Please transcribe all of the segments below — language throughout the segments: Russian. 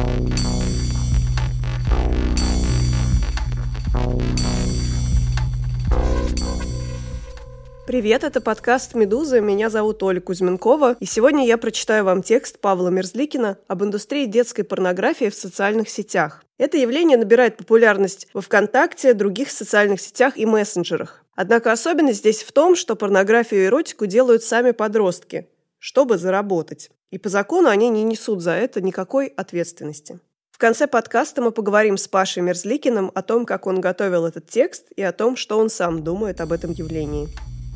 Привет, это подкаст «Медуза», меня зовут Оля Кузьменкова, и сегодня я прочитаю вам текст Павла Мерзликина об индустрии детской порнографии в социальных сетях. Это явление набирает популярность во ВКонтакте, других социальных сетях и мессенджерах. Однако особенность здесь в том, что порнографию и эротику делают сами подростки, чтобы заработать. И по закону они не несут за это никакой ответственности. В конце подкаста мы поговорим с Пашей Мерзликиным о том, как он готовил этот текст, и о том, что он сам думает об этом явлении.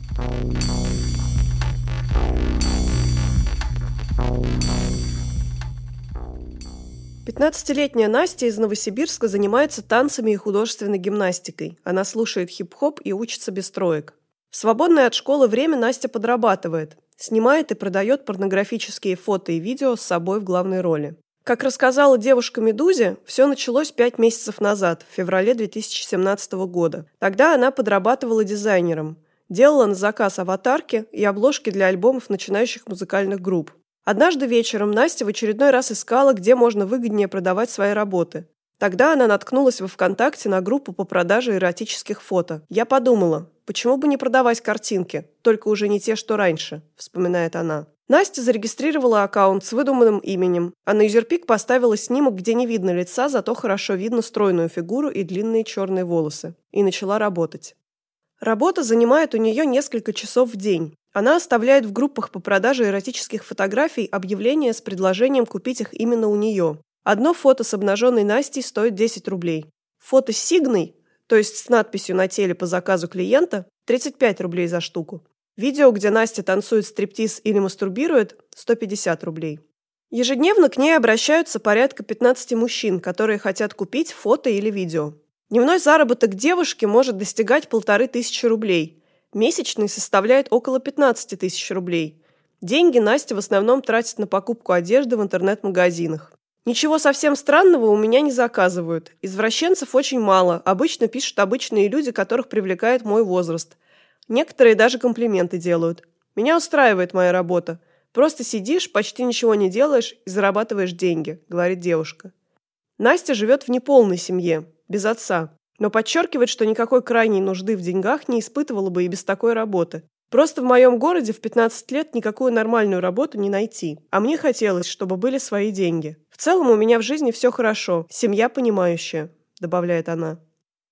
15-летняя Настя из Новосибирска занимается танцами и художественной гимнастикой. Она слушает хип-хоп и учится без троек. В свободное от школы время Настя подрабатывает, снимает и продает порнографические фото и видео с собой в главной роли. Как рассказала девушка Медузе, все началось 5 месяцев назад, в феврале 2017 года. Тогда она подрабатывала дизайнером. Делала на заказ аватарки и обложки для альбомов начинающих музыкальных групп. Однажды вечером Настя в очередной раз искала, где можно выгоднее продавать свои работы. Тогда она наткнулась во ВКонтакте на группу по продаже эротических фото. «Я подумала, почему бы не продавать картинки, только уже не те, что раньше», – вспоминает она. Настя зарегистрировала аккаунт с выдуманным именем, а на юзерпик поставила снимок, где не видно лица, зато хорошо видно стройную фигуру и длинные черные волосы. И начала работать. Работа занимает у нее несколько часов в день. Она оставляет в группах по продаже эротических фотографий объявления с предложением купить их именно у нее. Одно фото с обнаженной Настей стоит 10 рублей. Фото с сигной, то есть с надписью на теле по заказу клиента, 35 рублей за штуку. Видео, где Настя танцует стриптиз или мастурбирует, 150 рублей. Ежедневно к ней обращаются порядка 15 мужчин, которые хотят купить фото или видео. Дневной заработок девушки может достигать 1500 рублей. Месячный составляет около 15 тысяч рублей. Деньги Настя в основном тратит на покупку одежды в интернет-магазинах. Ничего совсем странного у меня не заказывают. Извращенцев очень мало. Обычно пишут обычные люди, которых привлекает мой возраст. Некоторые даже комплименты делают. Меня устраивает моя работа. Просто сидишь, почти ничего не делаешь и зарабатываешь деньги, говорит девушка. Настя живет в неполной семье, без отца, но подчеркивает, что никакой крайней нужды в деньгах не испытывала бы и без такой работы. Просто в моем городе в 15 лет никакую нормальную работу не найти, а мне хотелось, чтобы были свои деньги. В целом у меня в жизни все хорошо, семья понимающая, добавляет она.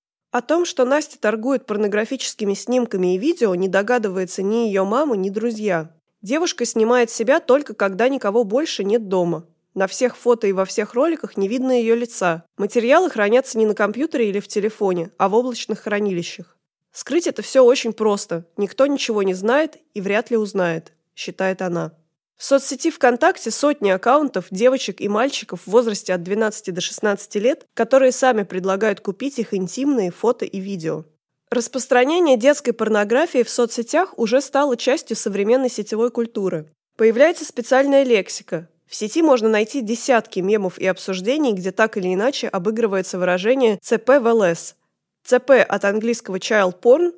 О том, что Настя торгует порнографическими снимками и видео, не догадывается ни ее мама, ни друзья. Девушка снимает себя только когда никого больше нет дома. На всех фото и во всех роликах не видно ее лица. Материалы хранятся не на компьютере или в телефоне, а в облачных хранилищах. Скрыть это все очень просто. Никто ничего не знает и вряд ли узнает, считает она. В соцсети ВКонтакте сотни аккаунтов девочек и мальчиков в возрасте от 12 до 16 лет, которые сами предлагают купить их интимные фото и видео. Распространение детской порнографии в соцсетях уже стало частью современной сетевой культуры. Появляется специальная лексика. В сети можно найти десятки мемов и обсуждений, где так или иначе обыгрывается выражение «ЦП в ЛС». ЦП от английского child porn,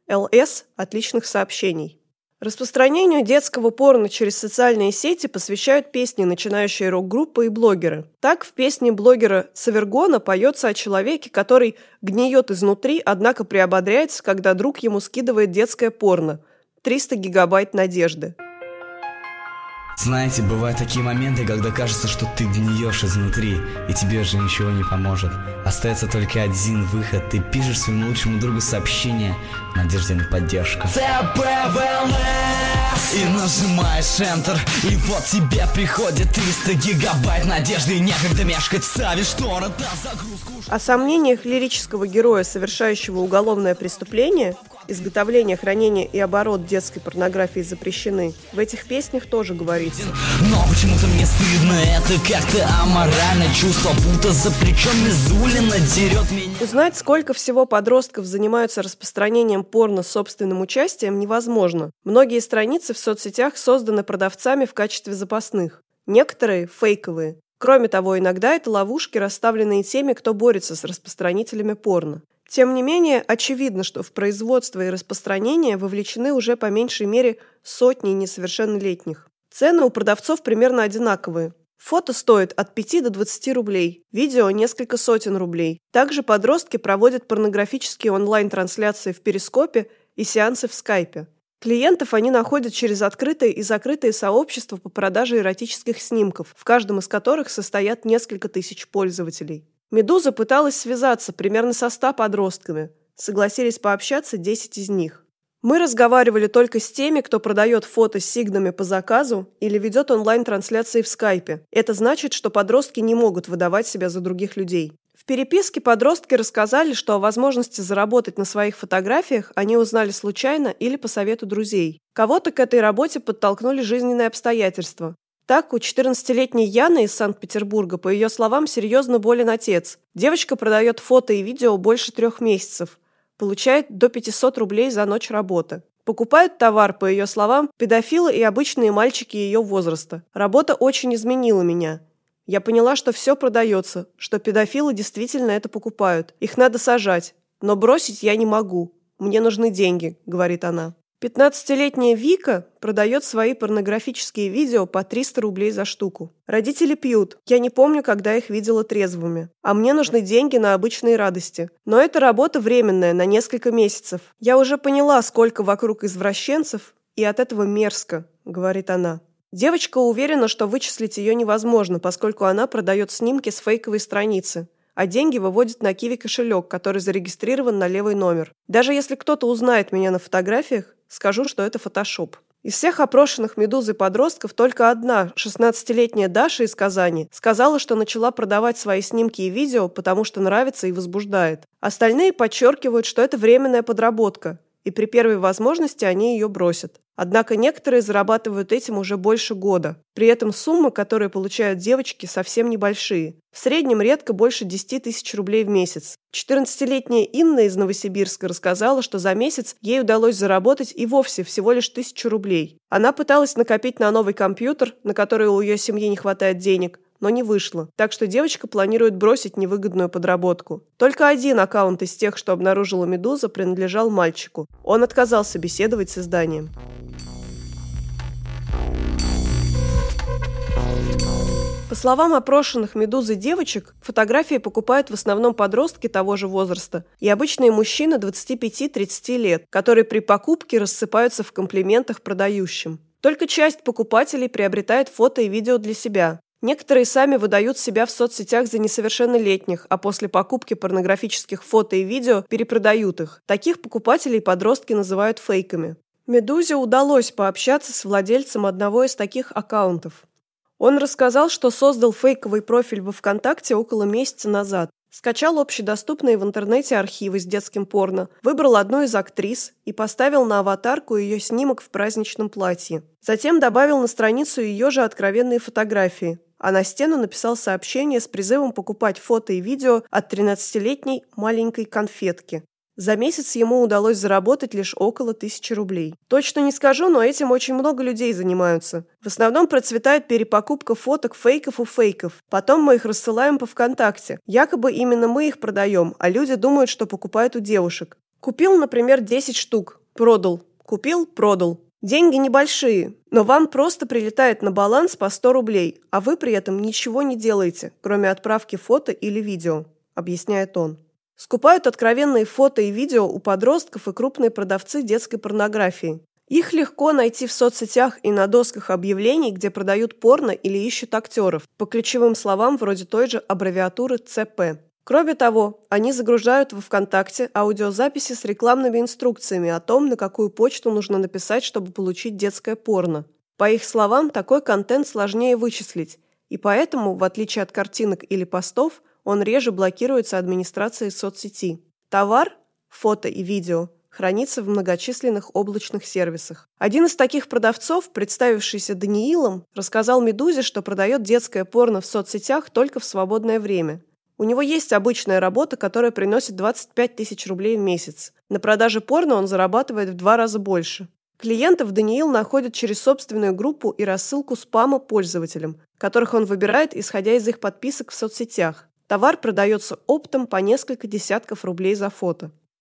ЛС от личных сообщений. Распространению детского порно через социальные сети посвящают песни начинающие рок-группы и блогеры. Так, в песне блогера Савергона поется о человеке, который гниет изнутри, однако приободряется, когда друг ему скидывает детское порно. 300 гигабайт надежды. Знаете, бывают такие моменты, когда кажется, что ты гниешь изнутри, и тебе уже ничего не поможет. Остается только один выход. Ты пишешь своему лучшему другу сообщение в надежде на поддержку. И нажимаешь Enter, и вот тебе приходит 300 гигабайт надежды, и некогда мешкать, ставишь торрент на загрузку. О сомнениях лирического героя, совершающего уголовное преступление, изготовление, хранение и оборот детской порнографии запрещены, в этих песнях тоже говорится. Но почему-то мне стыдно, это как-то аморально, чувство, будто за плечом Мизулина дерет меня. Узнать, сколько всего подростков занимаются распространением порно с собственным участием, невозможно. Многие страницы в соцсетях созданы продавцами в качестве запасных. Некоторые – фейковые. Кроме того, иногда это ловушки, расставленные теми, кто борется с распространителями порно. Тем не менее, очевидно, что в производство и распространение вовлечены уже по меньшей мере сотни несовершеннолетних. Цены у продавцов примерно одинаковые. Фото стоит от 5 до 20 рублей, видео – несколько сотен рублей. Также подростки проводят порнографические онлайн-трансляции в Перископе и сеансы в Скайпе. Клиентов они находят через открытые и закрытые сообщества по продаже эротических снимков, в каждом из которых состоят несколько тысяч пользователей. «Медуза» пыталась связаться примерно со 100 подростками. Согласились пообщаться 10 из них. Мы разговаривали только с теми, кто продает фото с сигнами по заказу или ведет онлайн-трансляции в Скайпе. Это значит, что подростки не могут выдавать себя за других людей. В переписке подростки рассказали, что о возможности заработать на своих фотографиях они узнали случайно или по совету друзей. Кого-то к этой работе подтолкнули жизненные обстоятельства. Так, у 14-летней Яны из Санкт-Петербурга, по ее словам, серьезно болен отец. Девочка продает фото и видео больше 3 месяцев. Получает до 500 рублей за ночь работы. Покупают товар, по ее словам, педофилы и обычные мальчики ее возраста. Работа очень изменила меня. Я поняла, что все продается, что педофилы действительно это покупают. Их надо сажать. Но бросить я не могу. Мне нужны деньги, говорит она. 15-летняя Вика продает свои порнографические видео по 300 рублей за штуку. Родители пьют. Я не помню, когда их видела трезвыми. А мне нужны деньги на обычные радости. Но эта работа временная, на несколько месяцев. Я уже поняла, сколько вокруг извращенцев, и от этого мерзко, говорит она. Девочка уверена, что вычислить ее невозможно, поскольку она продает снимки с фейковой страницы. А деньги выводит на Киви кошелек, который зарегистрирован на левый номер. Даже если кто-то узнает меня на фотографиях, скажу, что это фотошоп. Из всех опрошенных «Медузой» подростков только одна, 16-летняя Даша из Казани, сказала, что начала продавать свои снимки и видео, потому что нравится и возбуждает. Остальные подчеркивают, что это временная подработка, и при первой возможности они ее бросят. Однако некоторые зарабатывают этим уже больше года. При этом суммы, которые получают девочки, совсем небольшие. В среднем редко больше 10 тысяч рублей в месяц. 14-летняя Инна из Новосибирска рассказала, что за месяц ей удалось заработать и вовсе всего лишь 1000 рублей. Она пыталась накопить на новый компьютер, на который у ее семьи не хватает денег, но не вышло. Так что девочка планирует бросить невыгодную подработку. Только один аккаунт из тех, что обнаружила «Медуза», принадлежал мальчику. Он отказался беседовать с изданием. По словам опрошенных «Медузой» девочек, фотографии покупают в основном подростки того же возраста и обычные мужчины 25-30 лет, которые при покупке рассыпаются в комплиментах продающим. Только часть покупателей приобретает фото и видео для себя. Некоторые сами выдают себя в соцсетях за несовершеннолетних, а после покупки порнографических фото и видео перепродают их. Таких покупателей подростки называют фейками. «Медузе» удалось пообщаться с владельцем одного из таких аккаунтов. Он рассказал, что создал фейковый профиль во ВКонтакте около месяца назад. Скачал общедоступные в интернете архивы с детским порно, выбрал одну из актрис и поставил на аватарку ее снимок в праздничном платье. Затем добавил на страницу ее же откровенные фотографии, а на стену написал сообщение с призывом покупать фото и видео от 13-летней маленькой конфетки. За месяц ему удалось заработать лишь около 1000 рублей. Точно не скажу, но этим очень много людей занимаются. В основном процветает перепокупка фоток фейков у фейков. Потом мы их рассылаем по ВКонтакте. Якобы именно мы их продаем, а люди думают, что покупают у девушек. Купил, например, 10 штук. Продал. Купил, продал. Деньги небольшие, но вам просто прилетает на баланс по 100 рублей, а вы при этом ничего не делаете, кроме отправки фото или видео, объясняет он. Скупают откровенные фото и видео у подростков и крупные продавцы детской порнографии. Их легко найти в соцсетях и на досках объявлений, где продают порно или ищут актеров, по ключевым словам вроде той же аббревиатуры ЦП. Кроме того, они загружают во ВКонтакте аудиозаписи с рекламными инструкциями о том, на какую почту нужно написать, чтобы получить детское порно. По их словам, такой контент сложнее вычислить, и поэтому, в отличие от картинок или постов, он реже блокируется администрацией соцсети. Товар, фото и видео, хранится в многочисленных облачных сервисах. Один из таких продавцов, представившийся Даниилом, рассказал «Медузе», что продает детское порно в соцсетях только в свободное время. У него есть обычная работа, которая приносит 25 тысяч рублей в месяц. На продаже порно он зарабатывает в 2 раза больше. Клиентов Даниил находит через собственную группу и рассылку спама пользователям, которых он выбирает, исходя из их подписок в соцсетях. Товар продается оптом по несколько десятков рублей за фото.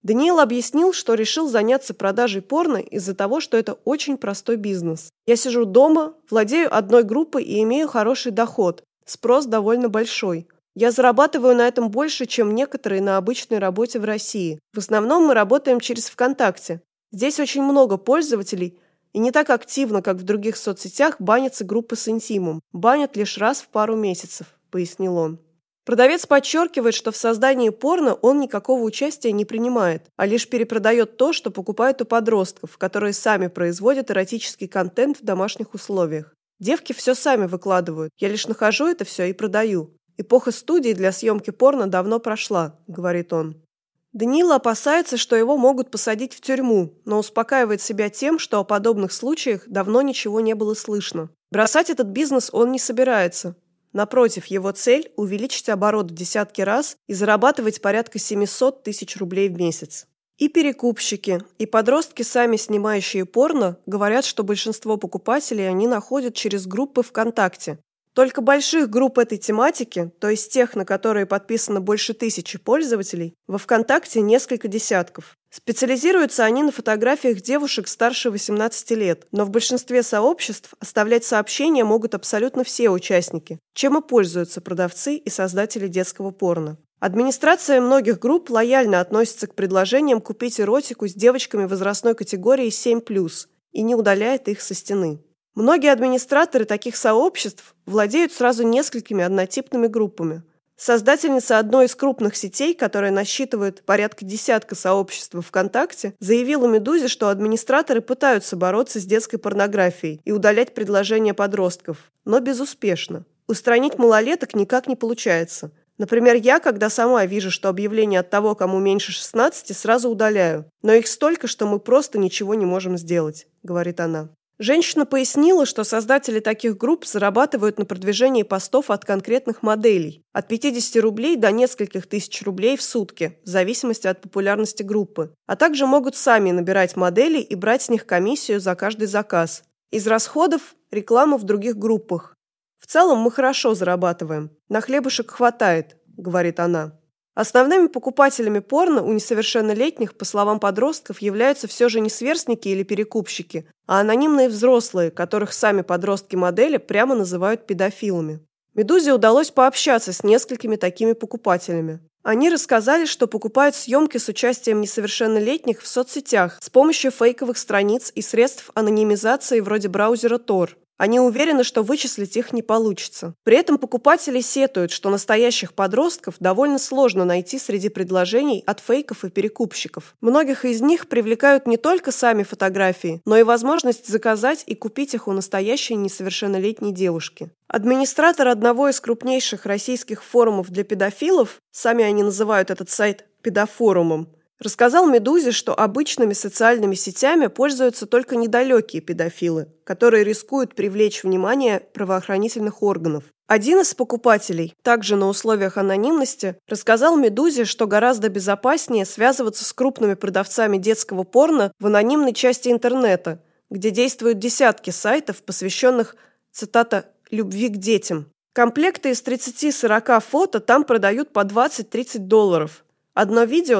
Даниил объяснил, что решил заняться продажей порно из-за того, что это очень простой бизнес. «Я сижу дома, владею одной группой и имею хороший доход. Спрос довольно большой. Я зарабатываю на этом больше, чем некоторые на обычной работе в России. В основном мы работаем через ВКонтакте. Здесь очень много пользователей, и не так активно, как в других соцсетях, банятся группы с интимом. Банят лишь раз в пару месяцев», – пояснил он. Продавец подчеркивает, что в создании порно он никакого участия не принимает, а лишь перепродает то, что покупают у подростков, которые сами производят эротический контент в домашних условиях. «Девки все сами выкладывают, я лишь нахожу это все и продаю. Эпоха студий для съемки порно давно прошла», – говорит он. Даниил опасается, что его могут посадить в тюрьму, но успокаивает себя тем, что о подобных случаях давно ничего не было слышно. Бросать этот бизнес он не собирается. Напротив, его цель – увеличить оборот в десятки раз и зарабатывать порядка 700 тысяч рублей в месяц. И перекупщики, и подростки, сами снимающие порно, говорят, что большинство покупателей они находят через группы ВКонтакте. Только больших групп этой тематики, то есть тех, на которые подписано больше 1000 пользователей, во ВКонтакте несколько десятков. Специализируются они на фотографиях девушек старше 18 лет, но в большинстве сообществ оставлять сообщения могут абсолютно все участники, чем и пользуются продавцы и создатели детского порно. Администрация многих групп лояльно относится к предложениям купить эротику с девочками возрастной категории 7+, и не удаляет их со стены. Многие администраторы таких сообществ владеют сразу несколькими однотипными группами. Создательница одной из крупных сетей, которая насчитывает порядка десятка сообществ ВКонтакте, заявила «Медузе», что администраторы пытаются бороться с детской порнографией и удалять предложения подростков, но безуспешно. Устранить малолеток никак не получается. Например, я, когда сама вижу, что объявление от того, кому меньше 16, сразу удаляю. Но их столько, что мы просто ничего не можем сделать, говорит она. Женщина пояснила, что создатели таких групп зарабатывают на продвижении постов от конкретных моделей – от 50 рублей до нескольких тысяч рублей в сутки, в зависимости от популярности группы, а также могут сами набирать моделей и брать с них комиссию за каждый заказ. Из расходов – реклама в других группах. «В целом мы хорошо зарабатываем, на хлебушек хватает», – говорит она. Основными покупателями порно у несовершеннолетних, по словам подростков, являются все же не сверстники или перекупщики, а анонимные взрослые, которых сами подростки-модели прямо называют педофилами. «Медузе» удалось пообщаться с несколькими такими покупателями. Они рассказали, что покупают съемки с участием несовершеннолетних в соцсетях с помощью фейковых страниц и средств анонимизации вроде браузера Tor. Они уверены, что вычислить их не получится. При этом покупатели сетуют, что настоящих подростков довольно сложно найти среди предложений от фейков и перекупщиков. Многих из них привлекают не только сами фотографии, но и возможность заказать и купить их у настоящей несовершеннолетней девушки. Администратор одного из крупнейших российских форумов для педофилов, сами они называют этот сайт педофорумом, рассказал «Медузе», что обычными социальными сетями пользуются только недалекие педофилы, которые рискуют привлечь внимание правоохранительных органов. Один из покупателей, также на условиях анонимности, рассказал «Медузе», что гораздо безопаснее связываться с крупными продавцами детского порно в анонимной части интернета, где действуют десятки сайтов, посвященных, цитата, «любви к детям». Комплекты из 30-40 фото там продают по $20-30. Одно видео –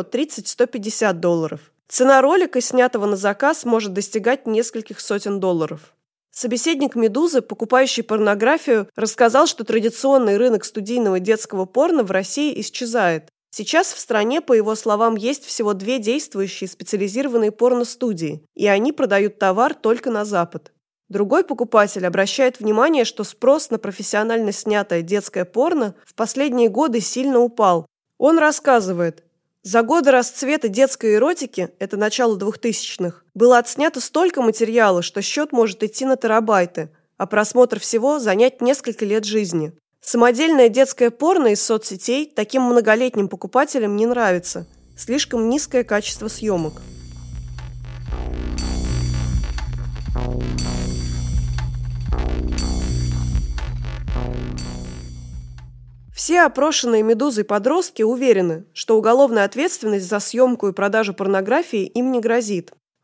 $30-150. Цена ролика, снятого на заказ, может достигать нескольких сотен долларов. Собеседник «Медузы», покупающий порнографию, рассказал, что традиционный рынок студийного детского порно в России исчезает. Сейчас в стране, по его словам, есть всего 2 действующие специализированные порностудии, и они продают товар только на Запад. Другой покупатель обращает внимание, что спрос на профессионально снятое детское порно в последние годы сильно упал. Он рассказывает: за годы расцвета детской эротики, это начало 2000-х, было отснято столько материала, что счет может идти на терабайты, а просмотр всего занять несколько лет жизни. Самодельное детское порно из соцсетей таким многолетним покупателям не нравится. Слишком низкое качество съемок. Все опрошенные «Медузой» подростки уверены, что уголовная ответственность за съемку и продажу порнографии им не грозит.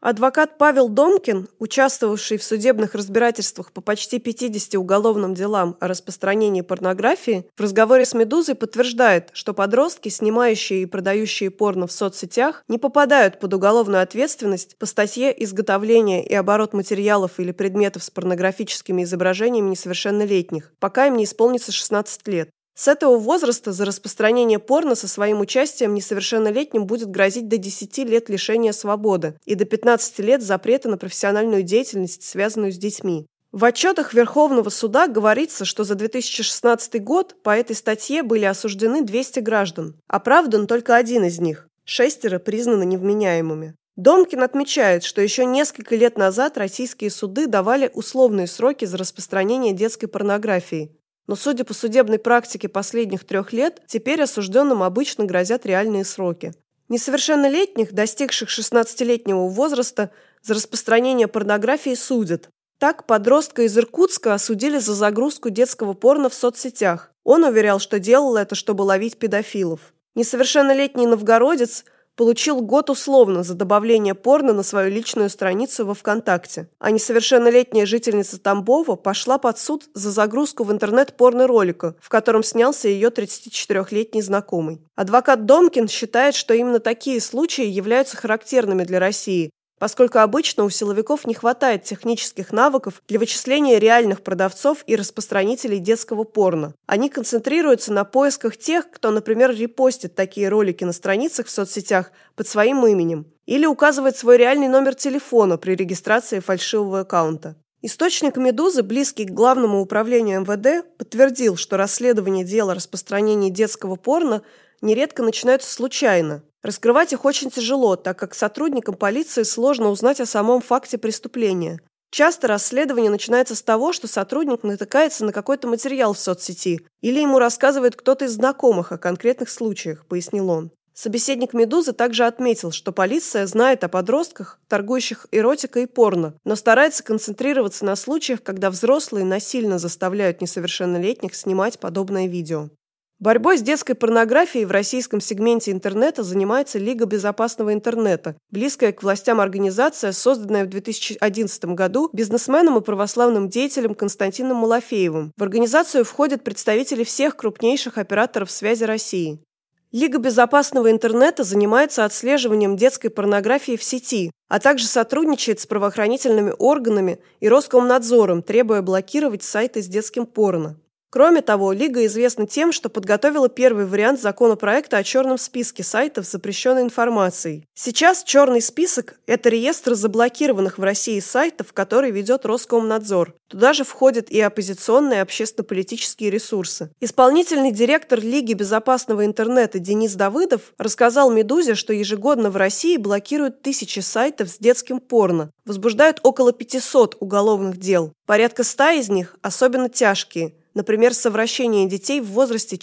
Адвокат Павел Домкин, участвовавший в судебных разбирательствах по почти 50 уголовным делам о распространении порнографии, в разговоре с «Медузой» подтверждает, что подростки, снимающие и продающие порно в соцсетях, не попадают под уголовную ответственность по статье «Изготовление и оборот материалов или предметов с порнографическими изображениями несовершеннолетних», пока им не исполнится 16 лет. С этого возраста за распространение порно со своим участием несовершеннолетним будет грозить до 10 лет лишения свободы и до 15 лет запрета на профессиональную деятельность, связанную с детьми. В отчетах Верховного суда говорится, что за 2016 год по этой статье были осуждены 200 граждан. Оправдан только один из них. 6 признаны невменяемыми. Домкин отмечает, что еще несколько лет назад российские суды давали условные сроки за распространение детской порнографии. Но, судя по судебной практике последних 3 лет, теперь осужденным обычно грозят реальные сроки. Несовершеннолетних, достигших 16-летнего возраста, за распространение порнографии судят. Так, подростка из Иркутска осудили за загрузку детского порно в соцсетях. Он уверял, что делал это, чтобы ловить педофилов. Несовершеннолетний новгородец получил год условно за добавление порно на свою личную страницу во ВКонтакте. А несовершеннолетняя жительница Тамбова пошла под суд за загрузку в интернет порно-ролика, в котором снялся ее 34-летний знакомый. Адвокат Домкин считает, что именно такие случаи являются характерными для России, поскольку обычно у силовиков не хватает технических навыков для вычисления реальных продавцов и распространителей детского порно. Они концентрируются на поисках тех, кто, например, репостит такие ролики на страницах в соцсетях под своим именем или указывает свой реальный номер телефона при регистрации фальшивого аккаунта. Источник «Медузы», близкий к Главному управлению МВД, подтвердил, что расследование дела о распространении детского порно нередко начинаются случайно. Раскрывать их очень тяжело, так как сотрудникам полиции сложно узнать о самом факте преступления. Часто расследование начинается с того, что сотрудник натыкается на какой-то материал в соцсети или ему рассказывает кто-то из знакомых о конкретных случаях, пояснил он. Собеседник «Медузы» также отметил, что полиция знает о подростках, торгующих эротикой и порно, но старается концентрироваться на случаях, когда взрослые насильно заставляют несовершеннолетних снимать подобное видео. Борьбой с детской порнографией в российском сегменте интернета занимается Лига безопасного интернета, близкая к властям организация, созданная в 2011 году бизнесменом и православным деятелем Константином Малафеевым. В организацию входят представители всех крупнейших операторов связи России. Лига безопасного интернета занимается отслеживанием детской порнографии в сети, а также сотрудничает с правоохранительными органами и Роскомнадзором, требуя блокировать сайты с детским порно. Кроме того, Лига известна тем, что подготовила первый вариант законопроекта о черном списке сайтов с запрещенной информацией. Сейчас черный список – это реестр заблокированных в России сайтов, который ведет Роскомнадзор. Туда же входят и оппозиционные общественно-политические ресурсы. Исполнительный директор Лиги безопасного интернета Денис Давыдов рассказал «Медузе», что ежегодно в России блокируют 1000 сайтов с детским порно, возбуждают около 500 уголовных дел. Порядка 100 из них особенно тяжкие. Например, совращение детей в возрасте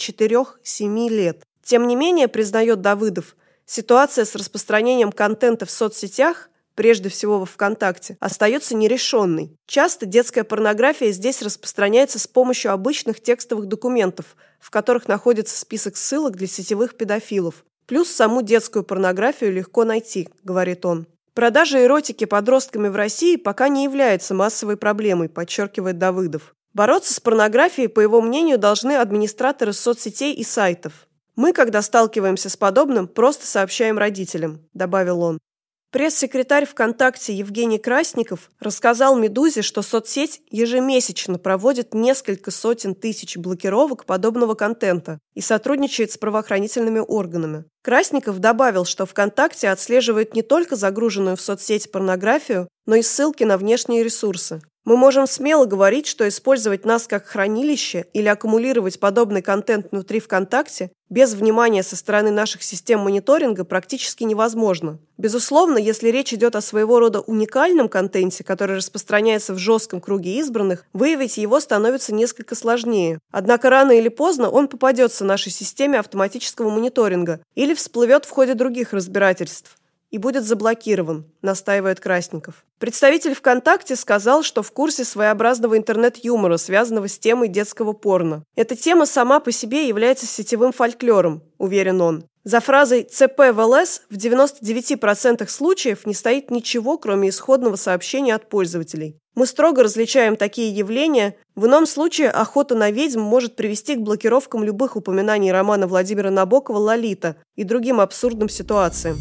4-7 лет. Тем не менее, признает Давыдов, ситуация с распространением контента в соцсетях, прежде всего во ВКонтакте, остается нерешенной. Часто детская порнография здесь распространяется с помощью обычных текстовых документов, в которых находится список ссылок для сетевых педофилов. Плюс саму детскую порнографию легко найти, говорит он. Продажа эротики подростками в России пока не является массовой проблемой, подчеркивает Давыдов. Бороться с порнографией, по его мнению, должны администраторы соцсетей и сайтов. «Мы, когда сталкиваемся с подобным, просто сообщаем родителям», – добавил он. Пресс-секретарь ВКонтакте Евгений Красников рассказал «Медузе», что соцсеть ежемесячно проводит несколько сотен тысяч блокировок подобного контента и сотрудничает с правоохранительными органами. Красников добавил, что ВКонтакте отслеживает не только загруженную в соцсеть порнографию, но и ссылки на внешние ресурсы. Мы можем смело говорить, что использовать нас как хранилище или аккумулировать подобный контент внутри ВКонтакте без внимания со стороны наших систем мониторинга практически невозможно. Безусловно, если речь идет о своего рода уникальном контенте, который распространяется в жестком круге избранных, выявить его становится несколько сложнее. Однако рано или поздно он попадется нашей системе автоматического мониторинга или всплывет в ходе других разбирательств и будет заблокирован, настаивает Красников. Представитель ВКонтакте сказал, что в курсе своеобразного интернет-юмора, связанного с темой детского порно. Эта тема сама по себе является сетевым фольклором, уверен он. За фразой «ЦП в ЛС» в 99% случаев не стоит ничего, кроме исходного сообщения от пользователей. Мы строго различаем такие явления. В ином случае охота на ведьм может привести к блокировкам любых упоминаний романа Владимира Набокова «Лолита» и другим абсурдным ситуациям.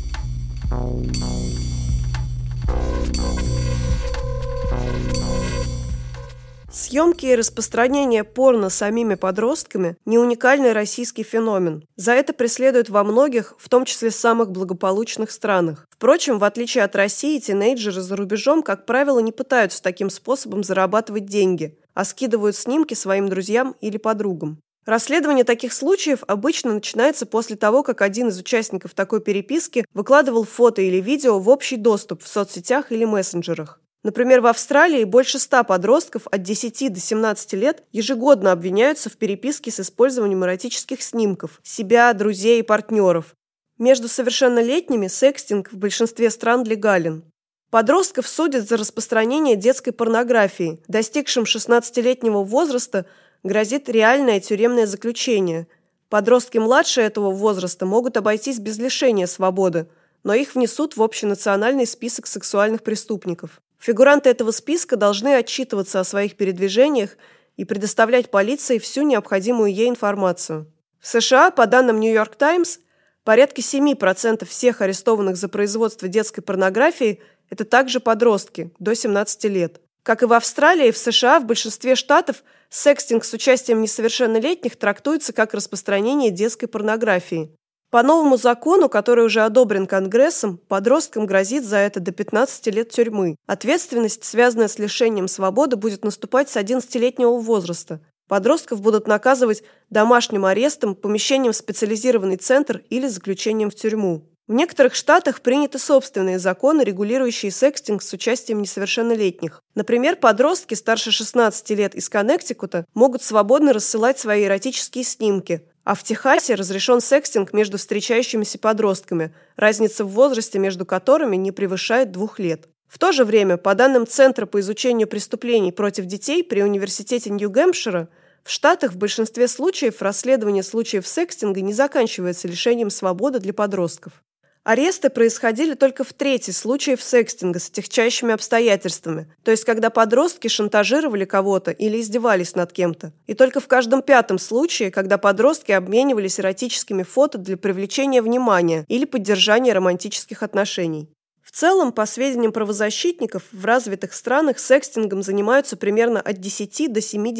Съемки и распространение порно самими подростками – не уникальный российский феномен. За это преследуют во многих, в том числе самых благополучных странах. Впрочем, в отличие от России, тинейджеры за рубежом, как правило, не пытаются таким способом зарабатывать деньги, а скидывают снимки своим друзьям или подругам. Расследование таких случаев обычно начинается после того, как один из участников такой переписки выкладывал фото или видео в общий доступ в соцсетях или мессенджерах. Например, в Австралии больше 100 подростков от 10 до 17 лет ежегодно обвиняются в переписке с использованием эротических снимков себя, друзей и партнеров. Между совершеннолетними секстинг в большинстве стран легален. Подростков судят за распространение детской порнографии. Достигшим 16-летнего возраста грозит реальное тюремное заключение. Подростки младше этого возраста могут обойтись без лишения свободы, но их внесут в общенациональный список сексуальных преступников. Фигуранты этого списка должны отчитываться о своих передвижениях и предоставлять полиции всю необходимую ей информацию. В США, по данным New York Times, порядка 7% всех арестованных за производство детской порнографии – это также подростки до 17 лет. Как и в Австралии, в США в большинстве штатов секстинг с участием несовершеннолетних трактуется как распространение детской порнографии. По новому закону, который уже одобрен Конгрессом, подросткам грозит за это до 15 лет тюрьмы. Ответственность, связанная с лишением свободы, будет наступать с 11-летнего возраста. Подростков будут наказывать домашним арестом, помещением в специализированный центр или заключением в тюрьму. В некоторых штатах приняты собственные законы, регулирующие секстинг с участием несовершеннолетних. Например, подростки старше 16 лет из Коннектикута могут свободно рассылать свои эротические снимки, а в Техасе разрешен секстинг между встречающимися подростками, разница в возрасте между которыми не превышает 2 лет. В то же время, по данным Центра по изучению преступлений против детей при Университете Нью-Гэмпшира, в Штатах в большинстве случаев расследование случаев секстинга не заканчивается лишением свободы для подростков. Аресты происходили только в трети случаев секстинга с отягчающими обстоятельствами, то есть когда подростки шантажировали кого-то или издевались над кем-то, и только в каждом 5-м случае, когда подростки обменивались эротическими фото для привлечения внимания или поддержания романтических отношений. В целом, по сведениям правозащитников, в развитых странах секстингом занимаются примерно от 10 до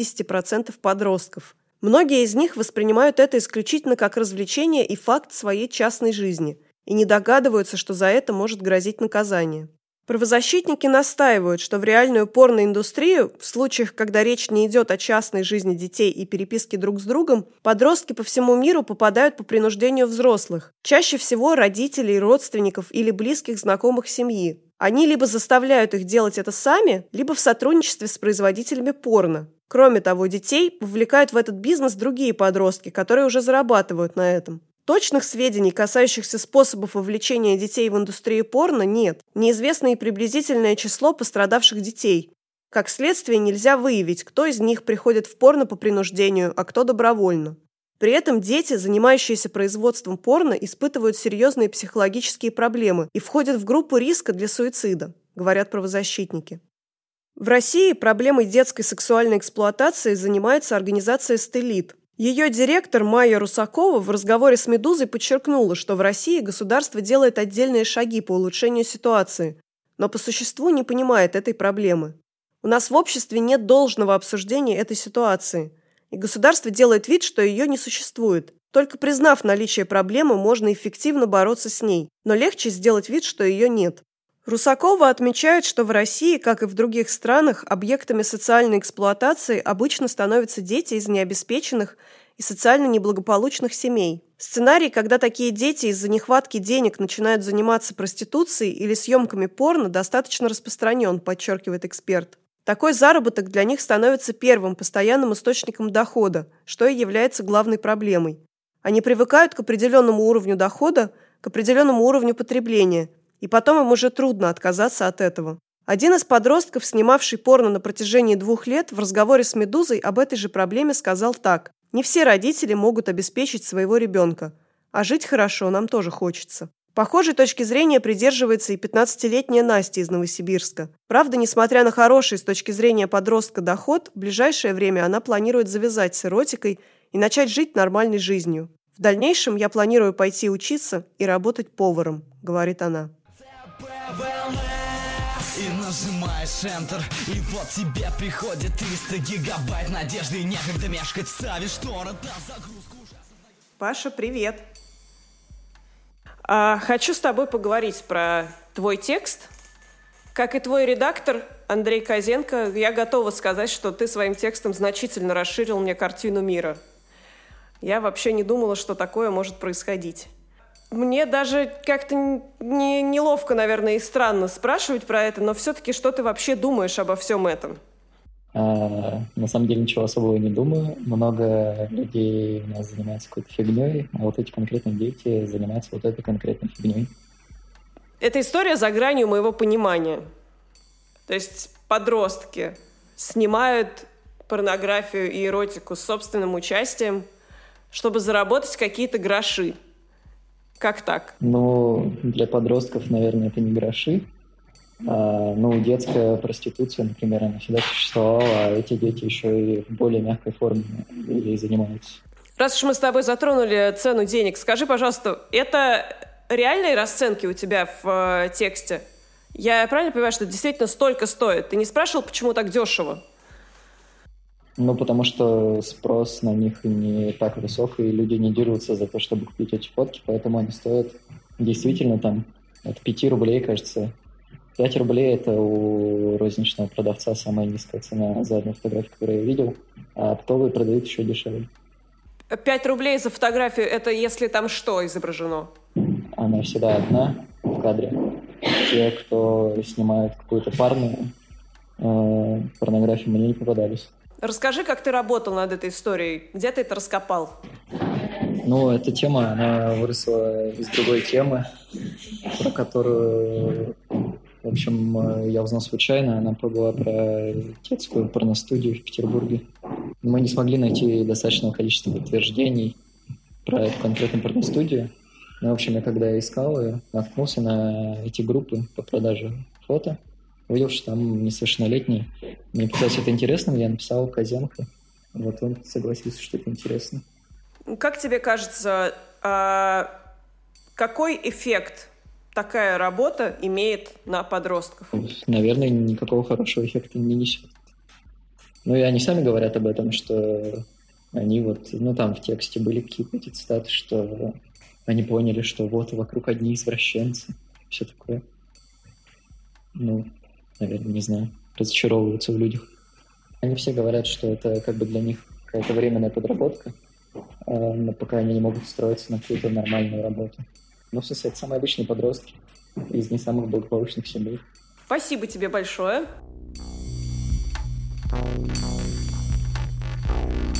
70% подростков. Многие из них воспринимают это исключительно как развлечение и факт своей частной жизни – и не догадываются, что за это может грозить наказание. Правозащитники настаивают, что в реальную порноиндустрию, в случаях, когда речь не идет о частной жизни детей и переписке друг с другом, подростки по всему миру попадают по принуждению взрослых, чаще всего родителей, родственников или близких знакомых семьи. Они либо заставляют их делать это сами, либо в сотрудничестве с производителями порно. Кроме того, детей вовлекают в этот бизнес другие подростки, которые уже зарабатывают на этом. Точных сведений, касающихся способов вовлечения детей в индустрию порно, нет. Неизвестно и приблизительное число пострадавших детей. Как следствие, нельзя выявить, кто из них приходит в порно по принуждению, а кто добровольно. При этом дети, занимающиеся производством порно, испытывают серьезные психологические проблемы и входят в группу риска для суицида, говорят правозащитники. В России проблемой детской сексуальной эксплуатации занимается организация «Стеллит». Ее директор Майя Русакова в разговоре с «Медузой» подчеркнула, что в России государство делает отдельные шаги по улучшению ситуации, но по существу не понимает этой проблемы. У нас в обществе нет должного обсуждения этой ситуации, и государство делает вид, что ее не существует. Только признав наличие проблемы, можно эффективно бороться с ней, но легче сделать вид, что ее нет. Русакова отмечает, что в России, как и в других странах, объектами социальной эксплуатации обычно становятся дети из необеспеченных и социально неблагополучных семей. Сценарий, когда такие дети из-за нехватки денег начинают заниматься проституцией или съемками порно, достаточно распространен, подчеркивает эксперт. Такой заработок для них становится первым постоянным источником дохода, что и является главной проблемой. Они привыкают к определенному уровню дохода, к определенному уровню потребления, и потом им уже трудно отказаться от этого. Один из подростков, снимавший порно на протяжении 2 лет, в разговоре с «Медузой» об этой же проблеме сказал так: «Не все родители могут обеспечить своего ребенка. А жить хорошо нам тоже хочется. Похожей точки зрения придерживается и 15-летняя Настя из Новосибирска. Правда, несмотря на хороший с точки зрения подростка доход, в ближайшее время она планирует завязать с эротикой и начать жить нормальной жизнью. В дальнейшем я планирую пойти учиться и работать поваром, говорит она. И нажимаешь Enter, и вот тебе приходит 300 гигабайт надежды, и некогда мешкать, ставишь торрент на загрузку. Паша, привет! Хочу с тобой поговорить про твой текст. Как и твой редактор Андрей Козенко, я готова сказать, что ты своим текстом значительно расширил мне картину мира. Я вообще не думала, что такое может происходить. Мне даже как-то неловко, наверное, и странно спрашивать про это, но все-таки что ты вообще думаешь обо всем этом? На самом деле ничего особого не думаю. Много людей у нас занимаются какой-то фигней, а вот эти конкретные дети занимаются вот этой конкретной фигней. Эта история за гранью моего понимания. То есть подростки снимают порнографию и эротику с собственным участием, чтобы заработать какие-то гроши. Как так? Ну, для подростков, наверное, это не гроши. Детская проституция, например, она всегда существовала, а эти дети еще и в более мягкой форме ей занимаются. Раз уж мы с тобой затронули цену денег, скажи, пожалуйста, это реальные расценки у тебя в тексте? Я правильно понимаю, что это действительно столько стоит? Ты не спрашивал, почему так дешево? Потому что спрос на них не так высок, и люди не дерутся за то, чтобы купить эти фотки, поэтому они стоят действительно там от 5 рублей, кажется. 5 рублей – это у розничного продавца самая низкая цена за одну фотографию, которую я видел, а оптовые продают еще дешевле. 5 рублей за фотографию – это если там что изображено? Она всегда одна в кадре. Те, кто снимают какую-то парную порнографию, мне не попадались. Расскажи, как ты работал над этой историей. Где ты это раскопал? Эта тема, она выросла из другой темы, про которую, в общем, я узнал случайно. Она была про детскую порностудию в Петербурге. Мы не смогли найти достаточного количества подтверждений про эту конкретную порностудию. В общем, я когда искал ее, наткнулся на эти группы по продаже фото. Увидел, что там несовершеннолетние. Мне показалось это интересным, я написал Козенко. Вот он согласился, что это интересно. Как тебе кажется, какой эффект такая работа имеет на подростков? Наверное, никакого хорошего эффекта не несет. И они сами говорят об этом, что они там в тексте были какие-то эти цитаты, что они поняли, что вокруг одни извращенцы, все такое. Наверное, не знаю, разочаровываются в людях. Они все говорят, что это как бы для них какая-то временная подработка, пока они не могут устроиться на какую-то нормальную работу. В смысле, это самые обычные подростки из не самых благополучных семей. Спасибо тебе большое.